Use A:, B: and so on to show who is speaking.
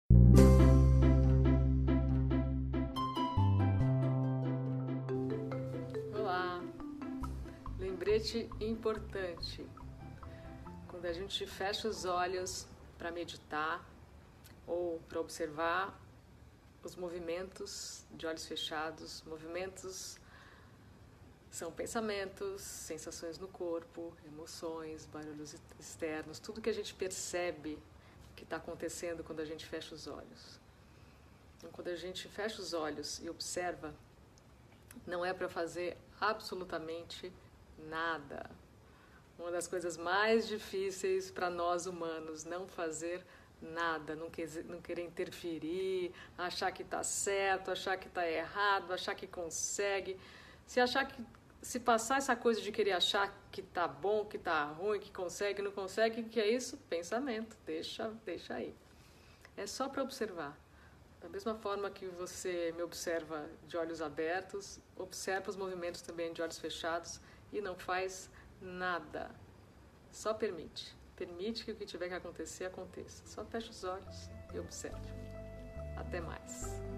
A: Olá! Lembrete importante. Quando a gente fecha os olhos para meditar ou para observar os movimentos de olhos fechados, movimentos são pensamentos, sensações no corpo, emoções, barulhos externos, tudo que a gente percebe que está acontecendo quando a gente fecha os olhos. Então, quando a gente fecha os olhos e observa, não é para fazer absolutamente nada. Uma das coisas mais difíceis para nós humanos, não fazer nada, não querer interferir, achar que está certo, achar que está errado, achar que consegue. Se passar essa coisa de querer achar que está bom, que está ruim, que consegue, não consegue, que é isso? Pensamento, deixa aí. É só para observar. Da mesma forma que você me observa de olhos abertos, observa os movimentos também de olhos fechados e não faz nada. Só permite. Permite que o que tiver que acontecer, aconteça. Só fecha os olhos e observe. Até mais.